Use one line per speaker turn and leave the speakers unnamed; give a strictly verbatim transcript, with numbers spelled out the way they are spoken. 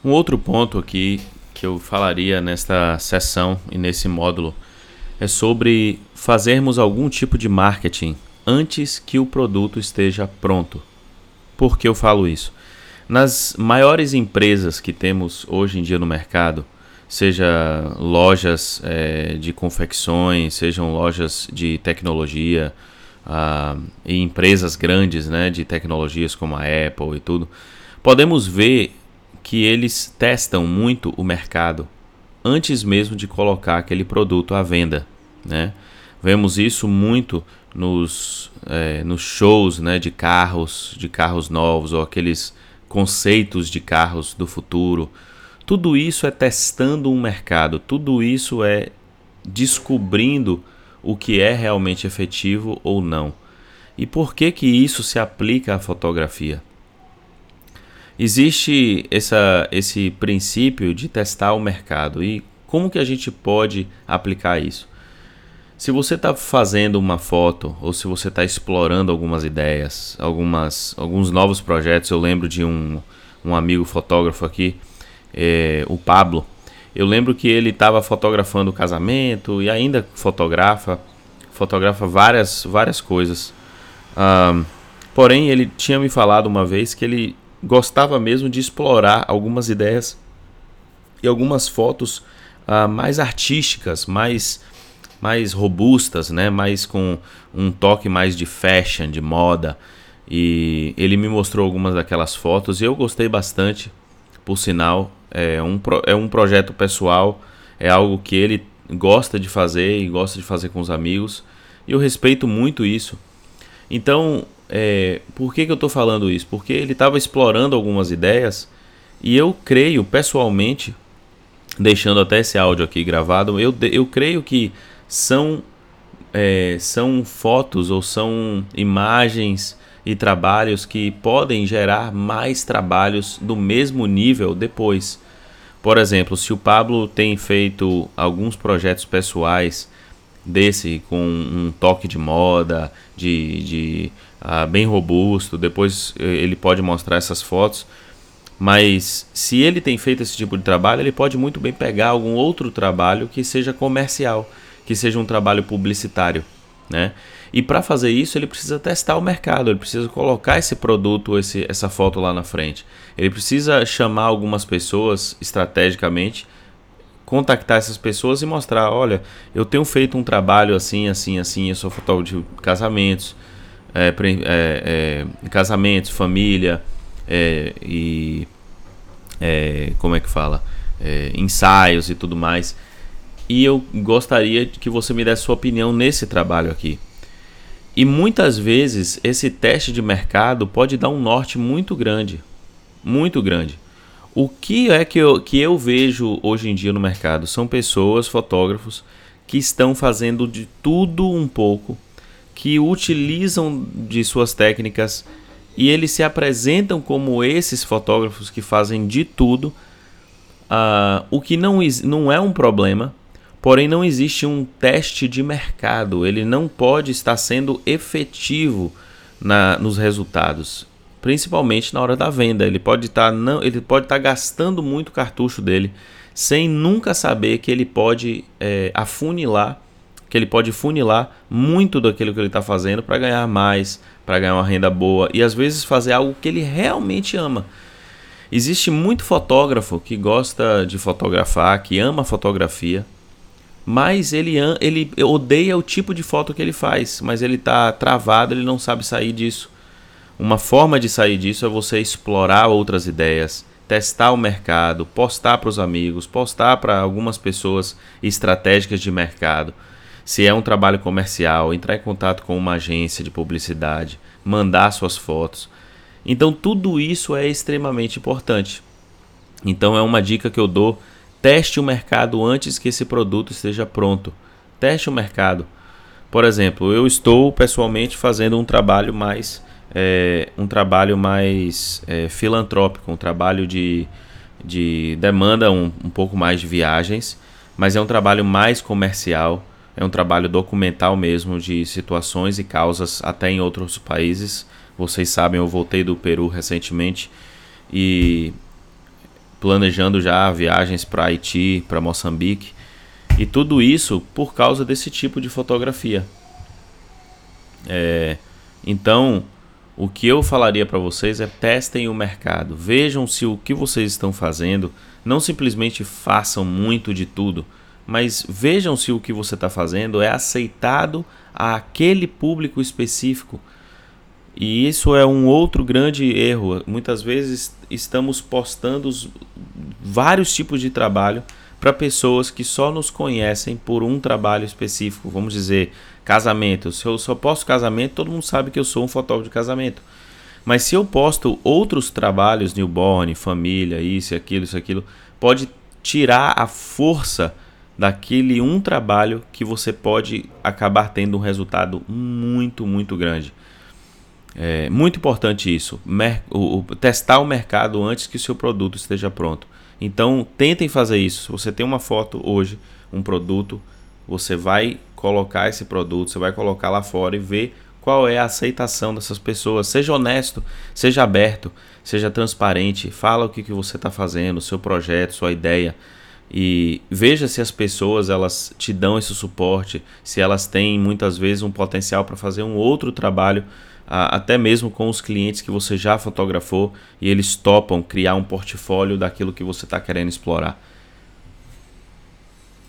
Um outro ponto aqui que eu falaria nesta sessão e nesse módulo é sobre fazermos algum tipo de marketing antes que o produto esteja pronto. Por que eu falo isso? Nas maiores empresas que temos hoje em dia no mercado, seja lojas é, de confecções, sejam lojas de tecnologia, ah, e empresas grandes, né, de tecnologias como a Apple e tudo, podemos ver que eles testam muito o mercado antes mesmo de colocar aquele produto à venda, né? Vemos isso muito nos, é, nos shows, né, de carros, de carros novos ou aqueles conceitos de carros do futuro. Tudo isso é testando um mercado, tudo isso é descobrindo o que é realmente efetivo ou não. E por que que isso se aplica à fotografia? Existe essa, esse princípio de testar o mercado e como que a gente pode aplicar isso? Se você está fazendo uma foto ou se você está explorando algumas ideias, algumas, alguns novos projetos, eu lembro de um, um amigo fotógrafo aqui, é, o Pablo. Eu lembro que ele estava fotografando o casamento e ainda fotografa, fotografa várias, várias coisas. Um, porém, ele tinha me falado uma vez que ele gostava mesmo de explorar algumas ideias e algumas fotos uh, mais artísticas, mais, mais robustas, né? Mais com um toque mais de fashion, de moda. E ele me mostrou algumas daquelas fotos e eu gostei bastante, por sinal. É um, é um projeto pessoal, é algo que ele gosta de fazer e gosta de fazer com os amigos. E eu respeito muito isso. Então, é, por que que eu estou falando isso? Porque ele estava explorando algumas ideias e eu creio, pessoalmente, deixando até esse áudio aqui gravado, eu, eu creio que são, é, são fotos ou são imagens e trabalhos que podem gerar mais trabalhos do mesmo nível depois. Por exemplo, se o Pablo tem feito alguns projetos pessoais desse com um toque de moda, de, de uh, bem robusto, depois ele pode mostrar essas fotos, mas se ele tem feito esse tipo de trabalho, ele pode muito bem pegar algum outro trabalho que seja comercial, que seja um trabalho publicitário, né? E para fazer isso ele precisa testar o mercado, ele precisa colocar esse produto, esse, essa foto lá na frente, ele precisa chamar algumas pessoas estrategicamente, contactar essas pessoas e mostrar, olha, eu tenho feito um trabalho assim, assim, assim, eu sou fotógrafo de casamentos, é, é, é, casamentos, família, é, e é, como é que fala, é, ensaios e tudo mais, e eu gostaria que você me desse sua opinião nesse trabalho aqui. E muitas vezes esse teste de mercado pode dar um norte muito grande, muito grande. O que é que eu, que eu vejo hoje em dia no mercado? São pessoas, fotógrafos, que estão fazendo de tudo um pouco, que utilizam de suas técnicas e eles se apresentam como esses fotógrafos que fazem de tudo, uh, o que não, não é um problema, porém não existe um teste de mercado, ele não pode estar sendo efetivo na, nos resultados. Principalmente na hora da venda, ele pode estar tá, não, ele pode estar tá gastando muito o cartucho dele sem nunca saber que ele pode é, afunilar, que ele pode funilar muito daquilo que ele está fazendo para ganhar mais, para ganhar uma renda boa e às vezes fazer algo que ele realmente ama. Existe muito fotógrafo que gosta de fotografar, que ama fotografia, mas ele, ele odeia o tipo de foto que ele faz, mas ele está travado, ele não sabe sair disso. Uma forma de sair disso é você explorar outras ideias, testar o mercado, postar para os amigos, postar para algumas pessoas estratégicas de mercado. Se é um trabalho comercial, entrar em contato com uma agência de publicidade, mandar suas fotos. Então tudo isso é extremamente importante. Então é uma dica que eu dou: teste o mercado antes que esse produto esteja pronto. Teste o mercado. Por exemplo, eu estou pessoalmente fazendo um trabalho mais... É, um trabalho mais é, filantrópico, um trabalho de, de demanda um, um pouco mais de viagens, mas é um trabalho mais comercial, é um trabalho documental mesmo de situações e causas até em outros países. Vocês sabem, eu voltei do Peru recentemente e planejando já viagens para Haiti, para Moçambique, e tudo isso por causa desse tipo de fotografia. É, então, o que eu falaria para vocês é testem o mercado, vejam se o que vocês estão fazendo, não simplesmente façam muito de tudo, mas vejam se o que você está fazendo é aceitado àquele público específico. E isso é um outro grande erro. Muitas vezes estamos postando vários tipos de trabalho para pessoas que só nos conhecem por um trabalho específico. Vamos dizer, casamento. Se eu só posto casamento, todo mundo sabe que eu sou um fotógrafo de casamento. Mas se eu posto outros trabalhos, newborn, família, isso, aquilo, isso, aquilo, pode tirar a força daquele um trabalho que você pode acabar tendo um resultado muito, muito grande. É muito importante isso, Mer- o, o, testar o mercado antes que o seu produto esteja pronto. Então tentem fazer isso. Se você tem uma foto hoje, um produto, você vai colocar esse produto, você vai colocar lá fora e ver qual é a aceitação dessas pessoas. Seja honesto, seja aberto, seja transparente, fala o que, que você está fazendo, seu projeto, sua ideia. E veja se as pessoas elas te dão esse suporte, se elas têm muitas vezes um potencial para fazer um outro trabalho, até mesmo com os clientes que você já fotografou, e eles topam criar um portfólio daquilo que você está querendo explorar.